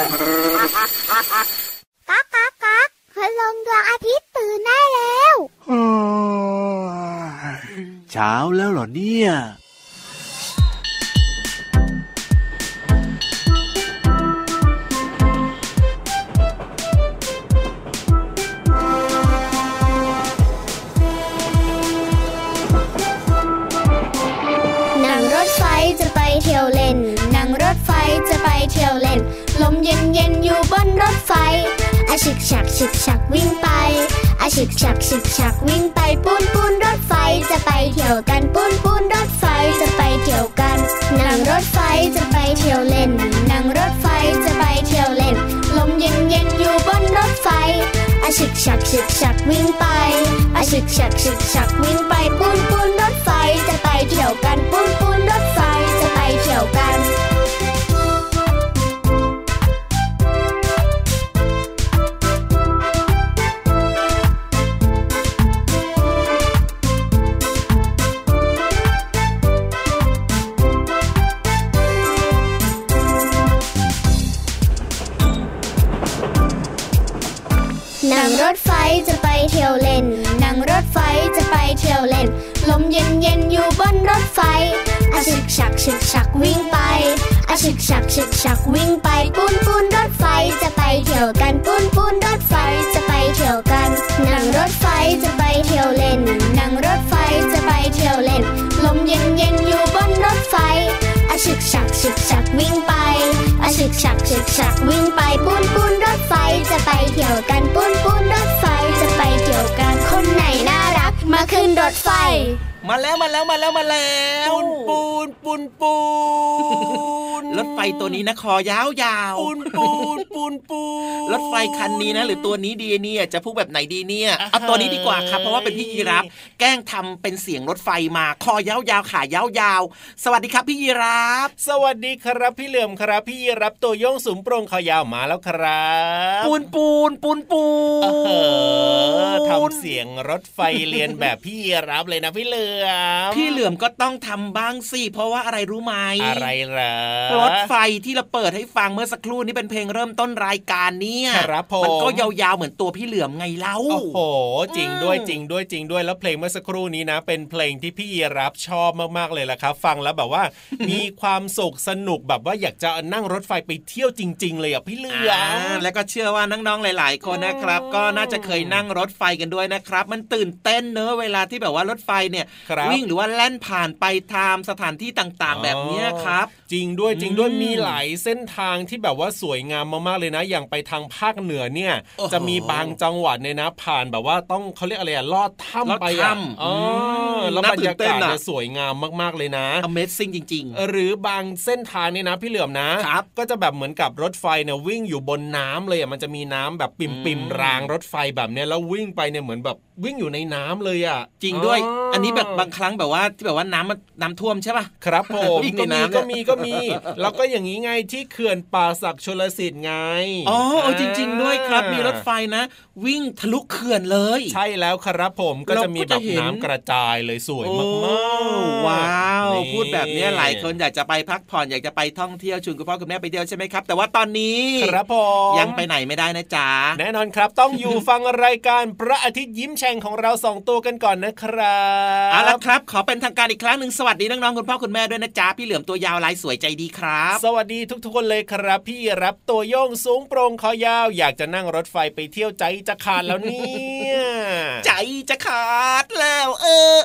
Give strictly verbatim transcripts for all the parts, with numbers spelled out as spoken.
ก๊ากก๊ากก๊ากคืลงดวงอาทิตย์ตื่นได้แล้วเช้าแล้วเหรอเนี่ยเที่ยวเล่นนั่งรถไฟจะไปเที่ยวเล่นลมเย็นเย็นอยู่บนรถไฟอาฉึกฉักฉึกฉักวิ่งไปอาฉึกฉักฉึกฉักวิ่งไปปูนปูนรถไฟจะไปเที่ยวกันปูนปูนรถไฟจะไปเที่ยวกันนั่งรถไฟจะไปเที่ยวเล่นนั่งรถไฟจะไปเที่ยวเล่นลมเย็นเย็นอยู่บนรถไฟอาฉึกฉักฉึกฉักวิ่งไปอาฉึกฉักฉึกฉักวิ่งไปปูนปูนรถไฟจะไปเที่ยวกันปูนปูนรถไฟจะไปเที่ยวกันนั่งรถไฟจะไปเที่ยวเล่นนั่งรถไฟจะไปเที่ยวเล่นลมเย็นเย็นอยู่บนรถไฟอาฉึกฉักฉึกฉักวิ่งไปอาฉึกฉักฉึกฉักวิ่งไปปูนปูนรถไฟจะไปเที่ยวกันปูนปูนรถไฟจะไปเที่ยวกันนั่งรถไฟจะไปเที่ยวเล่นนั่งรถไฟจะไปเที่ยวเล่นลมเย็นเย็นอยู่บนรถไฟอาฉึกฉักฉึกฉักวิ่งไปอาฉึกฉักฉึกฉักวิ่งไปปูนปูนรถไฟจะไปเที่ยวกันปูนปูนรถไฟจะไปเที่ยวกันคนไหนน่ารักมาขึ้นรถไฟมาแล้วมาแล้วมาแล้วมาแล้วปูนปูนปูนปูนรถไฟตัวนี้นะคอยาวๆปูนปูนปูนปูนรถไฟคันนี้นะหรือตัวนี้ดีเนี่ยจะพูดแบบไหนดีเนี่ยเอาตัวนี้ดีกว่าครับเพราะว่าเป็นพี่ยีรับแกล้งทำเป็นเสียงรถไฟมาคอยาวๆขายาวๆสวัสดีครับพี่ยีรับสวัสดีครับพี่เหลื่อมครับพี่ยีรับตัวโยงสูงโปร่งคอยาวมาแล้วครับปูนปูนปูนปูนทำเสียงรถไฟเรียนแบบพี่ยีรับเลยนะพี่เหลื่อมพี่เหลื่อมก็ต้องทำบ้างสิเพราะว่าอะไรรู้ไหมอะไรเหรอรถไฟที่เราเปิดให้ฟังเมื่อสักครู่นี้เป็นเพลงเริ่มต้นรายการเนี่ยครับผมมันก็ยาวๆเหมือนตัวพี่เหลื่อมไงเล่าโอ้โหจริงด้วยจริงด้วยจริงด้วยแล้วเพลงเมื่อสักครู่นี้นะเป็นเพลงที่พี่รับชอบมากๆเลยล่ะครับฟังแล้วแบบว่า มีความสุขสนุกแบบว่าอยากจะนั่งรถไฟไปเที่ยวจริงๆเลยอ่ะพี่เหลื่อมแล้วก็เชื่อว่าน้องๆหลายๆคนนะครับก็น่าจะเคยนั่งรถไฟกันด้วยนะครับมันตื่นเต้นเนอะเวลาที่แบบว่ารถไฟเนี่ยวิ่งหรือว่าแล่นผ่านไปตามสถานที่ต่างๆแบบนี้ครับจริงด้วยจริงด้วยมีหลายเส้นทางที่แบบว่าสวยงามมากๆเลยนะอย่างไปทางภาคเหนือเนี่ยจะมีบางจังหวัดเนี่ยนะผ่านแบบว่าต้องเขาเรียกอะไรอะลอดถ้ำไปอ่ะอ๋อแล้วบรรยากาศจะสวยงามมากๆเลยนะ Amazing จริงๆหรือบางเส้นทางเนี่ยนะพี่เหลื่อมนะก็จะแบบเหมือนกับรถไฟเนี่ยวิ่งอยู่บนน้ำเลยอ่ะมันจะมีน้ำแบบปิ่มๆรางรถไฟแบบเนี้ยแล้ววิ่งไปเนี่ยเหมือนแบบวิ่งอยู่ในน้ำเลยอ่ะจริงด้วยอันนี้แบบบางครั้งแบบว่าที่แบบว่าน้ำมันน้ำท่วมใช่ป่ะครับผมก็มีก็มีก็มีแล้วก็อย่างนี้ไงที่เขื่อนป่าสักชลสิทธิ์ไงอ๋อจริงๆด้วยครับมีรถไฟนะวิ่งทะลุเขื่อนเลยใช่แล้วครับผมก็จะมีแบบน้ำกระจายเลยสวยมากๆว้าวพูดแบบนี้หลายคนอยากจะไปพักผ่อนอยากจะไปท่องเที่ยวชวนคุณพ่อคุณแม่ไปเที่ยวใช่ไหมครับแต่ว่าตอนนี้ครับผมยังไปไหนไม่ได้นะจ๊ะแน่นอนครับต้องอยู่ฟังรายการพระอาทิตย์ยิ้มแฉ่งของเราสองตัวกันก่อนนะครับเอาละครับขอเป็นทางการอีกครั้งนึงสวัสดีน้องๆคุณพ่อคุณแม่ด้วยนะจ๊ะพี่เหลือมตัวยาวลายสวยใจดีครับสวัสดีทุกๆคนเลยครับพี่รับตัวโยงสูงโปร่งคอยาวอยากจะนั่งรถไฟไปเที่ยวใจจะขาดแล้วเนี่ยใจจะขาดแล้วเออ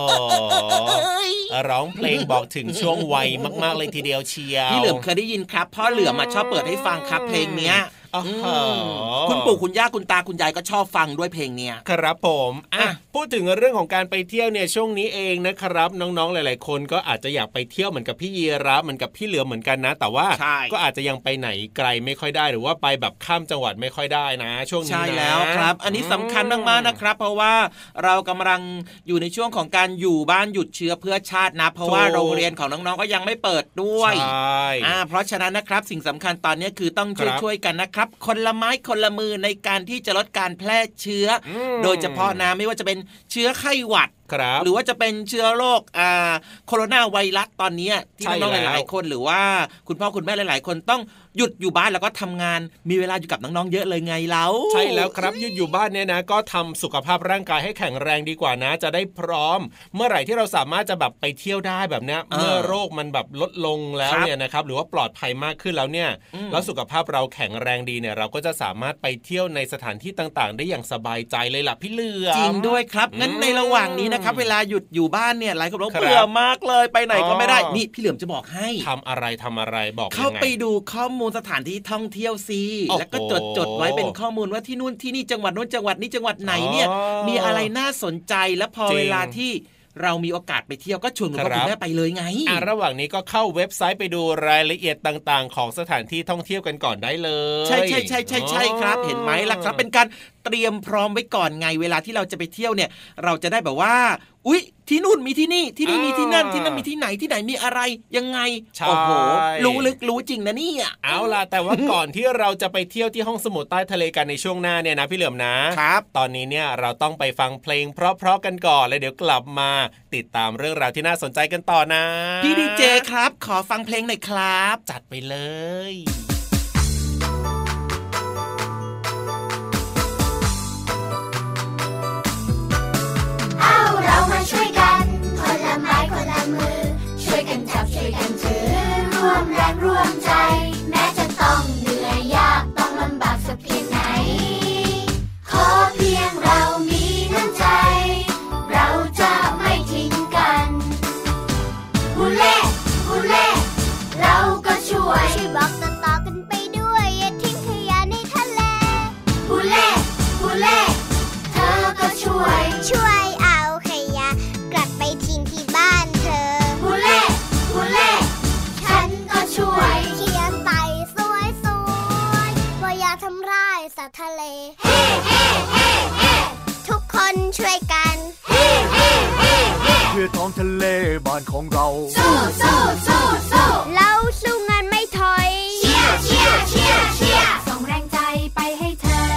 ร้องเพลงบอกถึงช่วงวัยมากๆเลยทีเดียวเชียวพี่เหลือมเคยได้ยินครับพ่อเหลือมมาชอบเปิดให้ฟังครับเพลงเนี้ยคุณปู่คุณย่าคุณตาคุณยายก็ชอบฟังด้วยเพลงเนี้ยครับผมอ่ะพูดถึงเรื่องของการไปเที่ยวเนี่ยช่วงนี้เองนะครับน้องๆหลายๆคนก็อาจจะอยากไปเที่ยวเหมือนกับพี่ยีรับเหมือนกับพี่เหลือมเหมือนกันนะแต่ว่าก็อาจจะยังไปไหนไกลไม่ค่อยได้หรือว่าไปแบบข้ามจังหวัดไม่ค่อยได้นะช่วงนี้นะใช่แล้วครับอันนี้สำคัญมากๆนะครับเพราะว่าเรากำลังอยู่ในช่วงของการอยู่บ้านหยุดเชื้อเพื่อชาตินะเพราะว่าโรงเรียนของน้องๆก็ยังไม่เปิดด้วยใช่อ่าเพราะฉะนั้นนะครับสิ่งสำคัญตอนนี้คือต้องช่วยๆกันนะครับคนละไม้คนละมือในการที่จะลดการแพร่เชื้อโดยเฉพาะนะไม่ว่าจะเป็นเชื้อไข้หวัดหรือว่าจะเป็นเชื้อโรคอ่าโคโรนาไวรัสตอนนี้ที่น้องๆหลายๆคนหรือว่าคุณพ่อคุณแม่หลายๆคนต้องหยุดอยู่บ้านแล้วก็ทำงานมีเวลาอยู่กับน้องๆเยอะเลยไงเล่าใช่แล้วครับหยุดอยู่บ้านเนี่ยนะก็ทำสุขภาพร่างกายให้แข็งแรงดีกว่านะจะได้พร้อมเมื่อไหร่ที่เราสามารถจะแบบไปเที่ยวได้แบบเนี้ยเมื่อโรคมันแบบลดลงแล้วเนี่ยนะครับหรือว่าปลอดภัยมากขึ้นแล้วเนี่ยแล้วสุขภาพเราแข็งแรงดีเนี่ยเราก็จะสามารถไปเที่ยวในสถานที่ต่างๆได้อย่างสบายใจเลยล่ะพี่เหลือมจริงด้วยครับงั้นในระหว่างนี้นะครับเวลาหยุดอยู่บ้านเนี่ยหลายคนบอกเบื่อมากเลยไปไหนก็ไม่ได้นี่พี่เหลือมจะบอกให้ทำอะไรทำอะไรบอกเข้าไปดูข้อมูลสถานที่ท่องเที่ยวซิแล้วก็จดจดไว้เป็นข้อมูลว่าที่นู่นที่นี่จังหวัดนู้นจังหวัดนี้จังหวัดไหนเนี่ยมีอะไรน่าสนใจและพอเวลาที่เรามีโอกาสไปเที่ยวก็ชวนคุณพ่อคุณแม่ไปเลยไงอ่ะระหว่างนี้ก็เข้าเว็บไซต์ไปดูรายละเอียดต่างๆของสถานที่ท่องเที่ยวกันก่อนได้เลยใช่ใช่ใช่ใช่ใช่ครับเห็นไหมล่ะครับเป็นการเตรียมพร้อมไว้ก่อนไงเวลาที่เราจะไปเที่ยวเนี่ยเราจะได้แบบว่าอุ๊ยที่นู่นมีที่นี่ที่นี่มีที่นั่นที่นั่นมีที่ไหนที่ไหนมีอะไรยังไงโอ้โหรู้ลึกรู้จริงนะเนี่ยเอาล่ะแต่ว่าก่อนที่เราจะไปเที่ยวที่ห้องสมุดใต้ทะเลกันในช่วงหน้าเนี่ยนะพี่เหลือมนะครับตอนนี้เนี่ยเราต้องไปฟังเพลงเพราะๆกันก่อนแล้วเดี๋ยวกลับมาติดตามเรื่องราวที่น่าสนใจกันต่อนะพี่ดีเจครับขอฟังเพลงหน่อยครับจัดไปเลยเรามาช่วยกันคนละไม้คนละมือช่วยกันจับช่วยกันถือร่วมแรงร่วมใจแม้จะต้องเหนื่อยยากต้องลำบากสักเพียงไหนขอเพียงเรามีน้ำใจเราจะไม่ทิ้งกันฮูเล่ฮูเล่เราก็ช่วยช่วยบอกต่อๆกันไปด้วยอย่าทิ้งขยะในทะเลฮูเล่ฮูเล่เธอก็ช่วยช่วยทะเลเฮ้เฮ้เฮ้เฮ้ทุกคนช่วยกันเฮ้เฮ้เฮ้เฮ้เพื่อท้องทะเลบ้านของเราสู้สู้สู้สู้เราสู้งานไม่ถอยเชียร์เชียร์เชียร์เชียร์ส่งแรงใจไปให้เธอ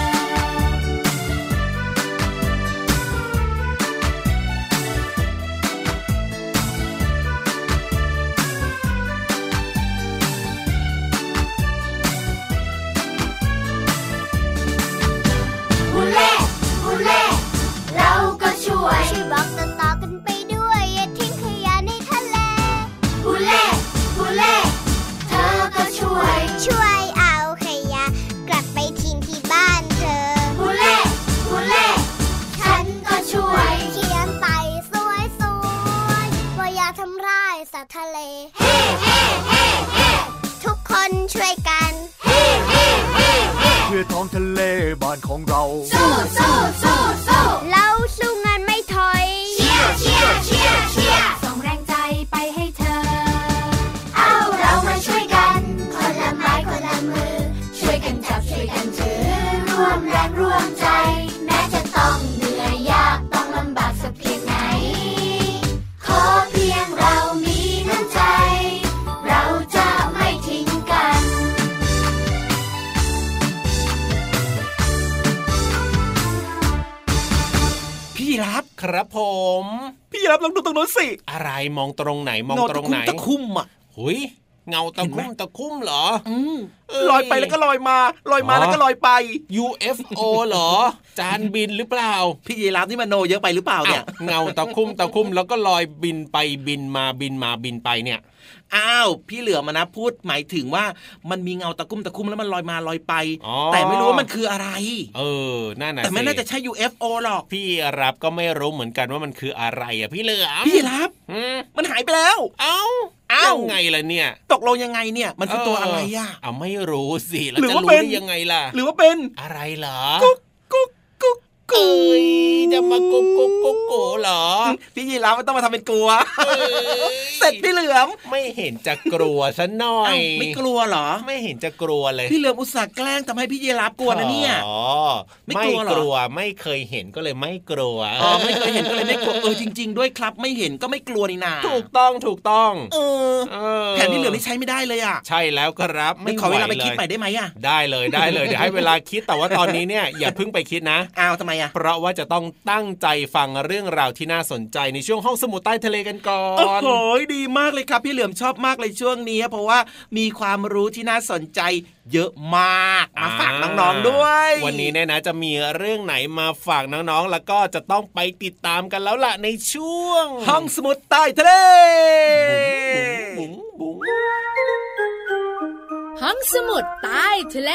ช่วยบอกต่อๆกันไปด้วยอย่าทิ้งขยะในทะเลฮูเล่ฮูเล่เธอก็ช่วยช่วยเอาขยะกลับไปทิ้งที่บ้านเธอฮูเล่ฮูเล่ฉันก็ช่วยเขียนไปสวยๆว่าอย่าทำร้ายสัตว์ทะเลเฮ้เฮ้เฮ้เฮ้ทุกคนช่วยกันเฮ้เฮ้เฮ้เฮ้เพื่อท้องทะเลบ้านของเราสู้สู้สู้สู้เราสู้งานไม่ถอยเชียร์เชียร์เชียร์เชียร์ส่งแรงใจไปให้เธอเอาเรามาช่วยกันคนละไม้คนละมือช่วยกันจับช่วยกันถือร่วมแรงร่วมใจแม้จะต้องเหนื่อยยากต้องลำบากสักเพียงไหนขอเพียงเรามีน้ำใจเราจะไม่ทิ้งกันพี่รับครับผมพี่รับลองดูตรงโน้นสิอะไรมองตรงไหนมองตรงไหนตะคุ่มอ่ะหุยเงาตะคุ่มตะคุ่มเหรออืมลอยไปแล้วก็ลอยมาลอยมาแล้วก็ลอยไปยู เอฟ โอ เหรอจานบินหรือเปล่าพี่ยีราฟนี่มันโนเยอะไปหรือเปล่าเนี่ยเงาตะคุ่มตะคุ่มแล้วก็ลอยบินไปบินมาบินมาบินไปเนี่ยอ้าวพี่เหลือมานะพูดหมายถึงว่ามันมีเงาตะคุ่มตะคุ่มแล้วมันลอยมาลอยไปแต่ไม่รู้ว่ามันคืออะไรเออนั่นน่ะแต่ไม่น่าจะใช่ ยู เอฟ โอ หรอกพี่รับก็ไม่รู้เหมือนกันว่ามันคืออะไรอ่ะพี่เหลือพี่รับมันหายไปแล้วเอ้าเอ้าไงล่ะเนี่ยตกลงยังไงเนี่ยมันคือตัวอะไรอ่ะอ้าวไม่รู้สิแล้วจะรู้ได้ยังไงล่ะหรือว่าเป็นอะไรเหรอกุ๊กกุ๊กกุ๊กเอ้ยจะมากุ๊กกุ๊กกุ๊กกุ๊กเหรอพี่ยีราฟไม่ต้องมาทำเป็นกลัวเสร็จพี่เหลือมไม่เห็นจะกลัวซะหน่อยไม่กลัวเหรอไม่เห็นจะกลัวเลยพี่เหลือมอุตส่าห์แกล้งทำให้พี่ยีราฟกลัวนะเนี่ยอ๋อไม่กลัวหรอไม่เคยเห็นก็เลยไม่กลัวอ๋อไม่เคยเห็นก็เลยไม่กลัวเออจริงๆด้วยครับไม่เห็นก็ไม่กลัวนี่นาถูกต้องถูกต้องเออแผนพี่เหลือมนี่ใช้ไม่ได้เลยอ่ะใช่แล้วครับไม่ขอเวลาไปคิดใหม่ได้ไหมอ่ะได้เลยได้เลยเดี๋ยวให้เวลาคิดแต่ว่าตอนนี้เนี่ยอย่าเพิ่งไปคิดนะอ้าวทำไมอ่ะเพราะว่าจะต้องตั้งใจฟังเรื่องราวที่น่าสนใจในช่วงห้องสมุดใต้ทะเลกันก่อนโอ้โหดีมากเลยครับพี่เหลือมชอบมากเลยช่วงนี้เพราะว่ามีความรู้ที่น่าสนใจเยอะมากมาฝากน้องๆด้วยวันนี้เนี่ยนะจะมีเรื่องไหนมาฝากน้องๆแล้วก็จะต้องไปติดตามกันแล้วล่ะในช่วงห้องสมุดใต้ทะเลบุ๋งบุ๋งห้องสมุดใต้ทะเล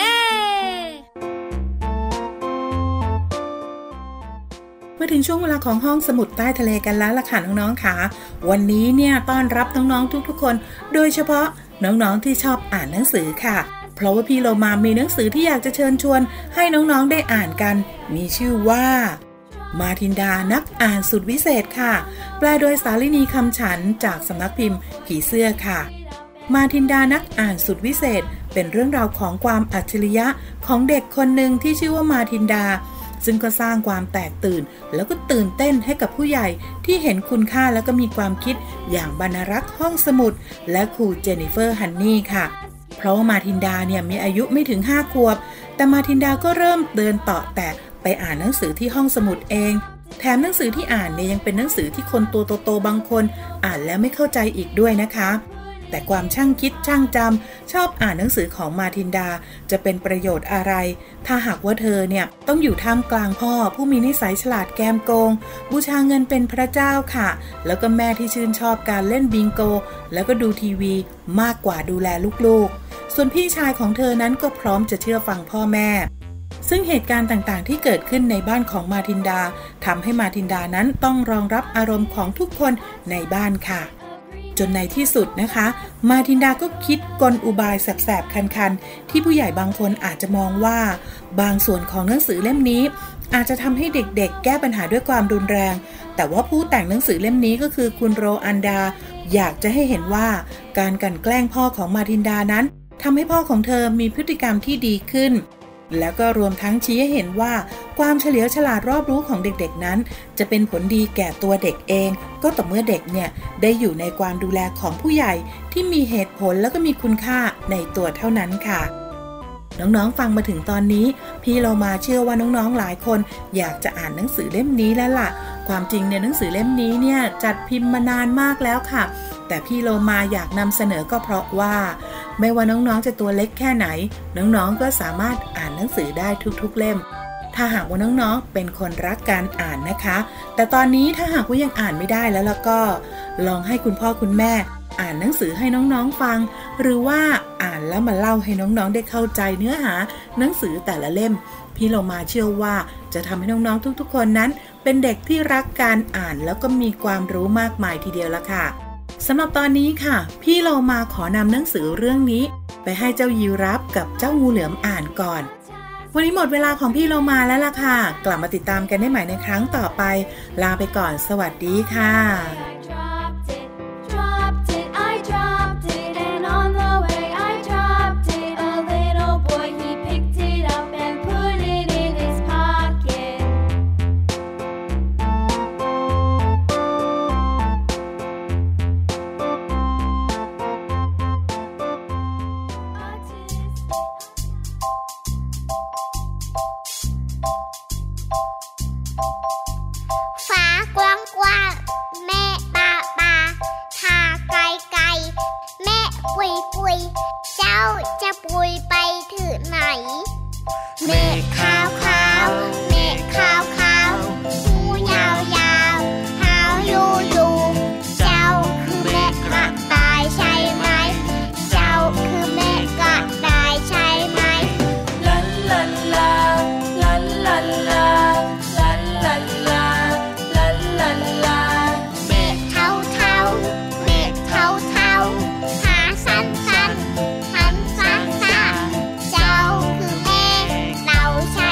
มาถึงช่วงเวลาของห้องสมุดใต้ทะเลกันแล้วล่ะค่ะน้องๆค่ะวันนี้เนี่ยต้อนรับน้องๆทุกๆคนโดยเฉพาะน้องๆที่ชอบอ่านหนังสือค่ะเพราะว่าพี่โลมามีหนังสือที่อยากจะเชิญชวนให้น้องๆได้อ่านกันมีชื่อว่ามาทินดานักอ่านสุดวิเศษค่ะแปลโดยสาลินีคำฉันจากสำนักพิมพ์ผีเสื้อค่ะมาทินดานักอ่านสุดวิเศษเป็นเรื่องราวของความอัจฉริยะของเด็กคนหนึ่งที่ชื่อว่ามาทินดาซึ่งก็สร้างความแตกตื่นแล้วก็ตื่นเต้นให้กับผู้ใหญ่ที่เห็นคุณค่าแล้วก็มีความคิดอย่างบรรณารักษ์ห้องสมุดและครูเจนนิเฟอร์ฮันนี่ค่ะเพราะว่ามาทินดาเนี่ยมีอายุไม่ถึงห้าขวบแต่มาทินดาก็เริ่มเดินต่อแตะไปอ่านหนังสือที่ห้องสมุดเองแถมหนังสือที่อ่านเนี่ยยังเป็นหนังสือที่คนตัวโตๆบางคนอ่านแล้วไม่เข้าใจอีกด้วยนะคะแต่ความช่างคิดช่างจำชอบอ่านหนังสือของมาทินดาจะเป็นประโยชน์อะไรถ้าหากว่าเธอเนี่ยต้องอยู่ท่ามกลางพ่อผู้มีนิสัยฉลาดแกมโกงบูชาเงินเป็นพระเจ้าค่ะแล้วก็แม่ที่ชื่นชอบการเล่นบิงโกแล้วก็ดูทีวีมากกว่าดูแลลูกๆส่วนพี่ชายของเธอนั้นก็พร้อมจะเชื่อฟังพ่อแม่ซึ่งเหตุการณ์ต่างๆที่เกิดขึ้นในบ้านของมาทินดาทำให้มาทินดานั้นต้องรองรับอารมณ์ของทุกคนในบ้านค่ะจนในที่สุดนะคะมาทินดาก็คิดกลอุบายแสบๆคันๆที่ผู้ใหญ่บางคนอาจจะมองว่าบางส่วนของหนังสือเล่มนี้อาจจะทำให้เด็กๆแก้ปัญหาด้วยความรุนแรงแต่ว่าผู้แต่งหนังสือเล่มนี้ก็คือคุณโรอันดาอยากจะให้เห็นว่าการกลั่นแกล้งพ่อของมาทินดานั้นทำให้พ่อของเธอมีพฤติกรรมที่ดีขึ้นแล้วก็รวมทั้งชี้ให้เห็นว่าความเฉลียวฉลาดรอบรู้ของเด็กๆนั้นจะเป็นผลดีแก่ตัวเด็กเองก็ต่อเมื่อเด็กเนี่ยได้อยู่ในความดูแลของผู้ใหญ่ที่มีเหตุผลแล้วก็มีคุณค่าในตัวเท่านั้นค่ะน้องๆฟังมาถึงตอนนี้พี่เรามาเชื่อว่าน้องๆหลายคนอยากจะอ่านหนังสือเล่มนี้แล้วล่ะความจริงเนี่ยหนังสือเล่มนี้เนี่ยจัดพิมพ์มานานมากแล้วค่ะแต่พี่โลมาอยากนำเสนอก็เพราะว่าไม่ว่าน้องๆจะตัวเล็กแค่ไหนน้องๆก็สามารถอ่านหนังสือได้ทุกๆเล่มถ้าหากว่าน้องๆเป็นคนรักการอ่านนะคะแต่ตอนนี้ถ้าหากว่ายังอ่านไม่ได้แล้วแล้วก็ลองให้คุณพ่อคุณแม่อ่านหนังสือให้น้องๆฟังหรือว่าอ่านแล้วมาเล่าให้น้องๆได้เข้าใจเนื้อหาหนังสือแต่ละเล่มพี่โลมาเชื่อว่าจะทำให้น้องๆทุกๆคนนั้นเป็นเด็กที่รักการอ่านแล้วก็มีความรู้มากมายทีเดียวละค่ะสำหรับตอนนี้ค่ะพี่โลมาขอนำหนังสือเรื่องนี้ไปให้เจ้ายีราฟกับเจ้างูเหลือมอ่านก่อนวันนี้หมดเวลาของพี่โลมาแล้วล่ะค่ะกลับมาติดตามกันได้ใหม่ในครั้งต่อไปลาไปก่อนสวัสดีค่ะเจ้าคือแม่เราใช่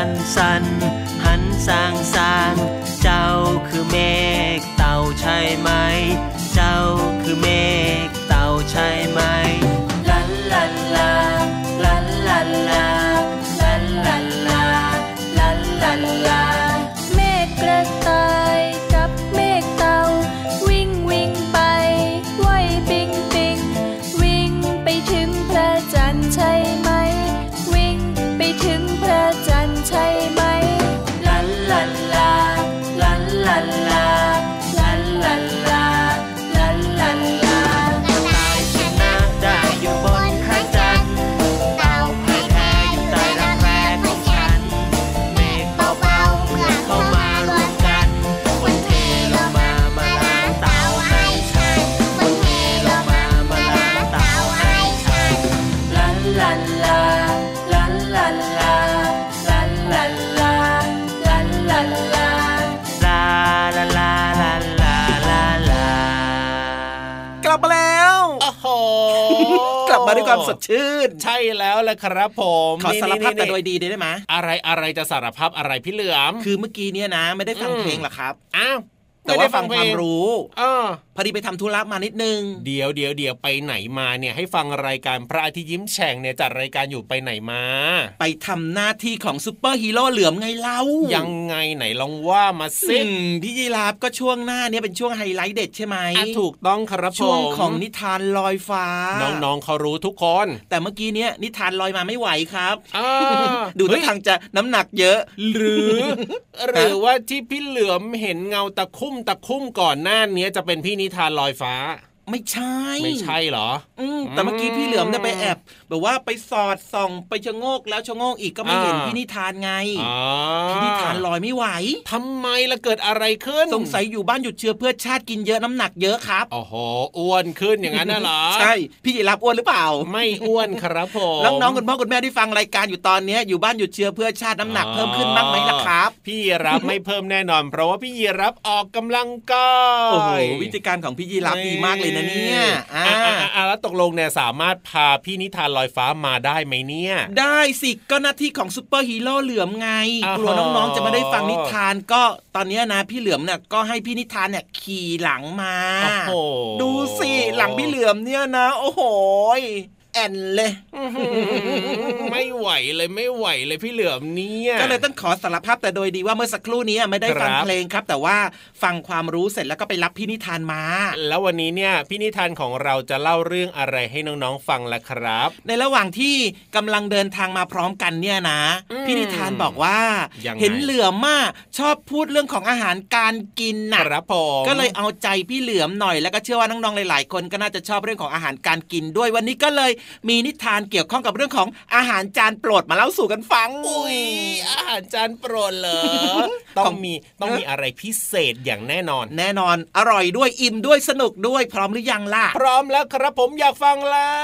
นสันหันสร้างสร้างเจ้าคือเมฆเต่าใช่ไหมเจ้าคือเมฆเต่าใช่ไหมลันลันลาลันลันลาลันลันลาลันลันลาเมฆกระต่ายกับเมฆเต่าวิ่งวิ่งไปว่ายปิงปิงวิ่งไปถึงพระจันทร์ใช่ไหมวิ่งไปถึงพระจันทร์ใช่ไหมลันลันลาลันลันลาลันลันลาลันลันลาตายชนะได้อยู่บนพระจันทร์เต่าแพ้แพ้อยู่ใต้รักแร้ของฉันเมฆเบาๆเมื่อเข้ามารวมกันคนเทลงมามาล้างเต่าให้ฉันคนเทลงมามาล้างเต่าให้ฉันลันลันลาลันลันลาลันลันลาลันลันลาลาลาลาลาลาลาลากลับมาแล้วโอ้โหกลับมาด้วยความสดชื่นใช่แล้วแหละครับผมขอสารภาพแต่โดยดีได้ไหมอะไรอะไรจะสารภาพอะไรพี่เหลือมคือเมื่อกี้เนี่ยนะไม่ได้ฟังเพลงหรอครับอ้าวแต่ว่าฟังความรู้เออพอดีไปทำธุระมานิดนึงเดี๋ยวเดี๋ยวเดี๋ยวไปไหนมาเนี่ยให้ฟังรายการพระอาทิตย์ยิ้มแฉ่งเนี่ยจัดรายการอยู่ไปไหนมาไปทำหน้าที่ของซุปเปอร์ฮีโร่เหลือมไงเล่ายังไงไหนลองว่ามาสิพี่ยีราฟก็ช่วงหน้าเนี่ยเป็นช่วงไฮไลท์เด็ดใช่ไหมถูกต้องครับช่วงของนิทานลอยฟ้าน้องๆเขารู้ทุกคนแต่เมื่อกี้เนี่ยนิทานลอยมาไม่ไหวครับดูท่าทางจะน้ำหนักเยอะหรือหรือว่าที่พี่เหลือมเห็นเงาตะคุ่มตะคุ่มก่อนหน้านี้จะเป็นพี่นิทานลอยฟ้าไม่ใช่ไม่ใช่เหรออืมแต่เมื่อกี้พี่เหลือมเนี่ยไปแอบแบบว่าไปสอดส่องไปชะโงกแล้วชะโงกอีกก็ไม่เห็นพี่นิทานไงพี่นิทานลอยไม่ไหวทำไมล่ะเกิดอะไรขึ้นสงสัยอยู่บ้านหยุดเชื้อเพื่อชาติกินเยอะน้ำหนักเยอะครับโอ้โหอ้วนขึ้นอย่างนั้นน่ะเหรอใช่พี่ยีราฟอ้วนหรือเปล่าไม่อ้วนครับผมน้องๆคุณพ่อคุณแม่ที่ฟังรายการอยู่ตอนนี้อยู่บ้านหยุดเชื้อเพื่อชาติน้ำหนักเพิ่มขึ้นบ้างไหมล่ะครับพี่ยีราฟไม่เพิ่มแน่นอนเพราะว่าพี่ยีราฟออกกำลังกายโอ้โหวิธีการของพี่ยีราฟดีมากเลยนะเนี่ยอ่าแล้วตกลงเนี่ยสามารถพาพี่นิทานลอยฟ้ามาได้ไหมเนี่ยได้สิก็หน้าที่ของซุปเปอร์ฮีโร่เหลือมไงกลัวน้องๆจะไม่ได้ฟังนิทานก็ตอนนี้นะพี่เหลือมเนี่ยก็ให้พี่นิทานเนี่ยขี่หลังมาดูสิหลังพี่เหลือมเนี่ยนะโอ้โหแอนเลยไม่ไหวเลยไม่ไหวเลยพี่เหลือมเนี่ยก็เลยต้องขอสารภาพแต่โดยดีว่าเมื่อสักครู่นี้ไม่ได้ฟังเพลงครับแต่ว่าฟังความรู้เสร็จแล้วก็ไปรับพี่นิทานมาแล้ววันนี้เนี่ยพี่นิทานของเราจะเล่าเรื่องอะไรให้น้องๆฟังล่ะครับในระหว่างที่กำลังเดินทางมาพร้อมกันเนี่ยนะพี่นิทานบอกว่าเห็นเหลือมมากชอบพูดเรื่องของอาหารการกินนะครับผมก็เลยเอาใจพี่เหลือมหน่อยแล้วก็เชื่อว่าน้องๆหลายๆคนก็น่าจะชอบเรื่องของอาหารการกินด้วยวันนี้ก็เลยมีนิทานเกี่ยวข้องกับเรื่องของอาหารจานโปรดมาเล่าสู่กันฟังอุ้ยอาหารจานโปรดเหรอต้องมีต้องมีอะไรพิเศษอย่างแน่นอนแน่นอนอร่อยด้วยอิ่มด้วยสนุกด้วยพร้อมหรือยังล่ะพร้อมแล้วครับผมอยากฟังแล้ว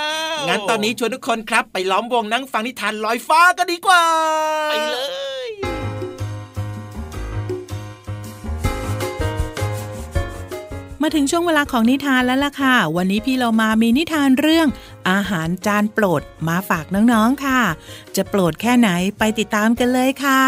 งั้นตอนนี้ชวนทุกคนครับไปล้อมวงนั่งฟังนิทานลอยฟ้ากันดีกว่าไปเลยมาถึงช่วงเวลาของนิทานแล้วล่ะค่ะวันนี้พี่เรามามีนิทานเรื่องอาหารจานโปรดมาฝากน้องๆค่ะจะโปรดแค่ไหนไปติดตามกันเลยค่ะ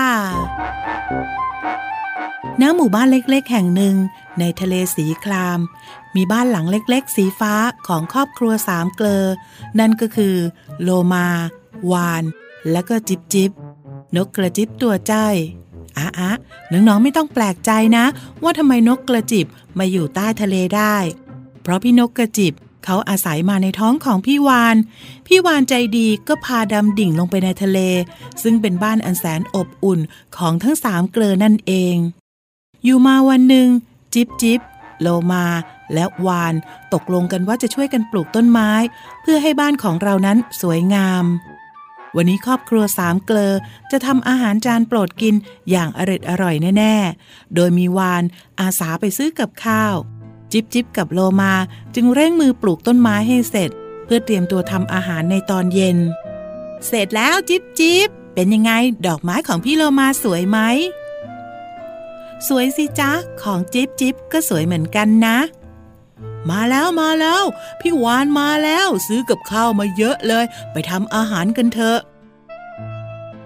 ณ หมู่บ้านเล็กๆแห่งหนึ่งในทะเลสีครามมีบ้านหลังเล็กๆสีฟ้าของครอบครัวสามเกลอนั่นก็คือโลมาวานและก็จิบจิบนกกระจิบตัวจ้อยอ่ะอ่ะน้องๆไม่ต้องแปลกใจนะว่าทำไมนกกระจิบมาอยู่ใต้ทะเลได้เพราะพี่นกกระจิบเขาอาศัยมาในท้องของพี่วานพี่วานใจดีก็พาดำดิ่งลงไปในทะเลซึ่งเป็นบ้านอันแสนอบอุ่นของทั้งสามเกลอนั่นเองอยู่มาวันหนึ่งจิบจิบโลมาและวานตกลงกันว่าจะช่วยกันปลูกต้นไม้เพื่อให้บ้านของเรานั้นสวยงามวันนี้ครอบครัวสามเกลอจะทำอาหารจานโปรดกินอย่างอร่อยอร่อยแน่ๆโดยมีวานอาสาไปซื้อกับข้าวจิบจิบกับโลมาจึงเร่งมือปลูกต้นไม้ให้เสร็จเพื่อเตรียมตัวทำอาหารในตอนเย็นเสร็จแล้วจิบจิบเป็นยังไงดอกไม้ของพี่โลมาสวยไหมสวยสิจ๊ะของจิบจิบก็สวยเหมือนกันนะมาแล้วมาแล้วพี่วานมาแล้วซื้อกับข้าวมาเยอะเลยไปทำอาหารกันเถอะ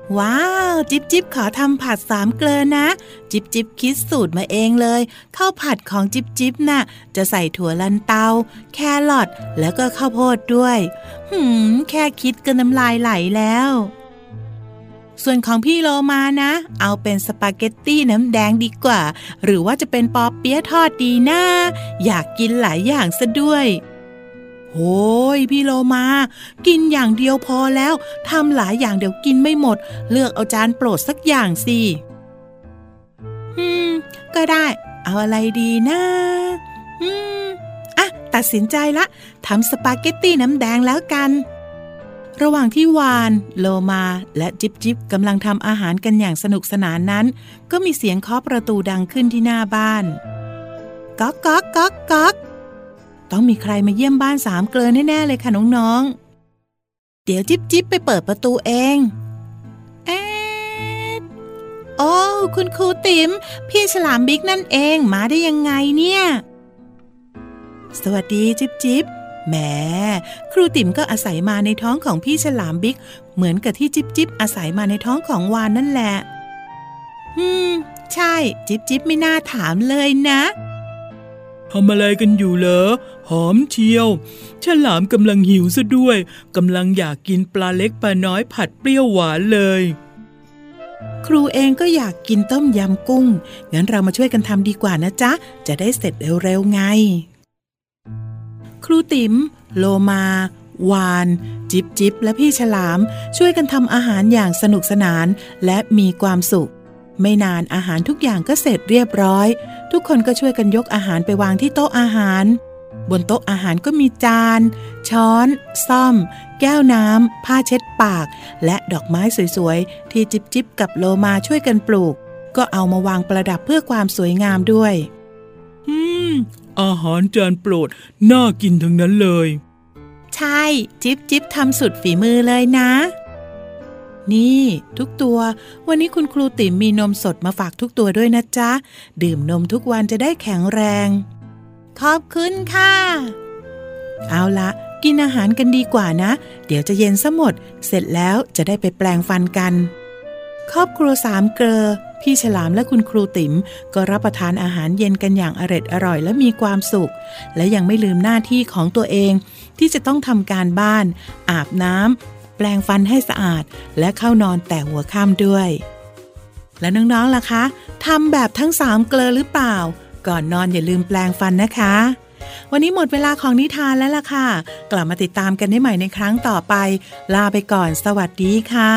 ว้าวจิ๊บจิ๊บขอทำผัดสามเกลือนะจิ๊บจิ๊บคิดสูตรมาเองเลยข้าวผัดของจิ๊บจิ๊บน่ะจะใส่ถั่วลันเตาแครอทแล้วก็ข้าวโพดด้วยหืมแค่คิดก็น้ำลายไหลแล้วส่วนของพี่โลมานะเอาเป็นสปาเกตตี้น้ำแดงดีกว่าหรือว่าจะเป็นปอเปี๊ยะทอดดีนะอยากกินหลายอย่างซะด้วยโอ้ยพี่โลมากินอย่างเดียวพอแล้วทำหลายอย่างเดี๋ยวกินไม่หมดเลือกเอาจานโปรดสักอย่างสิอืมก็ได้เอาอะไรดีนะอืมอ่ะตัดสินใจละทำสปาเกตตี้น้ำแดงแล้วกันระหว่างที่วานโลมาและจิ๊บจิ๊บกำลังทำอาหารกันอย่างสนุกสนานนั้นก็มีเสียงเคาะประตูดังขึ้นที่หน้าบ้านก๊อกก๊อกก๊อกก๊อกต้องมีใครมาเยี่ยมบ้านสามเกลอแน่ๆเลยค่ะน้องๆเดี๋ยวจิ๊บจิ๊บไปเปิดประตูเองเอ๊ะโอ้คุณครูติ๋มพี่ฉลามบิ๊กนั่นเองมาได้ยังไงเนี่ยสวัสดีจิ๊บจิ๊บแหมครูติ๋มก็อาศัยมาในท้องของพี่ฉลามบิ๊กเหมือนกับที่จิ๊บจิ๊บอาศัยมาในท้องของวานนั่นแหละอืมใช่จิ๊บจิ๊บไม่น่าถามเลยนะทำอะไรกันอยู่เหรอหอมเชียวฉลามกำลังหิวซะด้วยกำลังอยากกินปลาเล็กปลาน้อยผัดเปรี้ยวหวานเลยครูเองก็อยากกินต้มยำกุ้งงั้นเรามาช่วยกันทำดีกว่านะจ๊ะจะได้เสร็จเร็วๆไงครูติ๋มโลมาวานจิ๊บจิ๊บและพี่ฉลามช่วยกันทำอาหารอย่างสนุกสนานและมีความสุขไม่นานอาหารทุกอย่างก็เสร็จเรียบร้อยทุกคนก็ช่วยกันยกอาหารไปวางที่โต๊ะอาหารบนโต๊ะอาหารก็มีจานช้อนส้อมแก้วน้ำผ้าเช็ดปากและดอกไม้สวยๆที่จิ๊บจิ๊บกับโลมาช่วยกันปลูกก็เอามาวางประดับเพื่อความสวยงามด้วยอืมอาหารจานโปรดน่ากินทั้งนั้นเลยใช่จิ๊บจิ๊บทำสุดฝีมือเลยนะนี่ทุกตัววันนี้คุณครูติ๋มมีนมสดมาฝากทุกตัวด้วยนะจ๊ะดื่มนมทุกวันจะได้แข็งแรงขอบคุณค่ะเอาละกินอาหารกันดีกว่านะเดี๋ยวจะเย็นซะหมดเสร็จแล้วจะได้ไปแปรงฟันกันครอบครัวสามเกลอพี่ฉลามและคุณครูติ๋มก็รับประทานอาหารเย็นกันอย่างอร็ดอร่อยและมีความสุขและยังไม่ลืมหน้าที่ของตัวเองที่จะต้องทำการบ้านอาบน้ำแปรงฟันให้สะอาดและเข้านอนแต่หัวค่ำด้วยและน้องๆล่ะคะทำแบบทั้งสามเกลอหรือเปล่าก่อนนอนอย่าลืมแปรงฟันนะคะวันนี้หมดเวลาของนิทานแล้วล่ะค่ะกลับมาติดตามกันได้ใหม่ในครั้งต่อไปลาไปก่อนสวัสดีค่ะ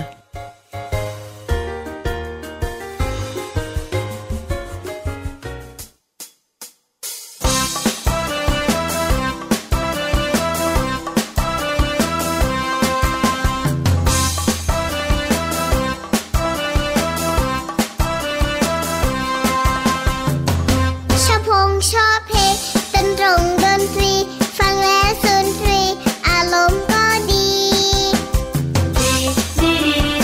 ชอบเพลงเต้นตรงดนตรีฟังแล้วสุนทรีอารมณ์ก็ดีดีดีดี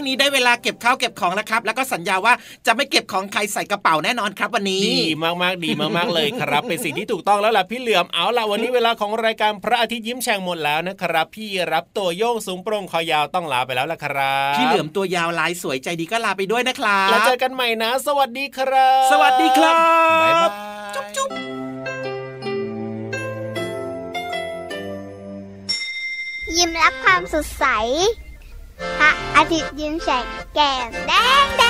นี้ได้เวลาเก็บข้าวเก็บของแล้วครับแล้วก็สัญญาว่าจะไม่เก็บของใครใส่กระเป๋าแน่นอนครับวันนี้ดีมากๆดีมากๆเลยครับ เป็นสิ่งที่ถูกต้องแล้วล่ะพี่เหลือมเอาล่ะวันนี้เวลาของรายการพระอาทิตย์ยิ้มแฉ่งหมดแล้วนะครับพี่รับตัวโยงสูงโปร่งคอยาวต้องลาไปแล้วล่ะครับพี่เหลือมตัวยาวลายสวยใจดีก็ลาไปด้วยนะครับแล้วเจอกันใหม่นะสวัสดีครับสวัสดีครับบ๊ายบายจุ๊บจุ๊บยิ้มรับความสดใสพระอาทิตย์ยิ้มแฉกแก้มแดงแด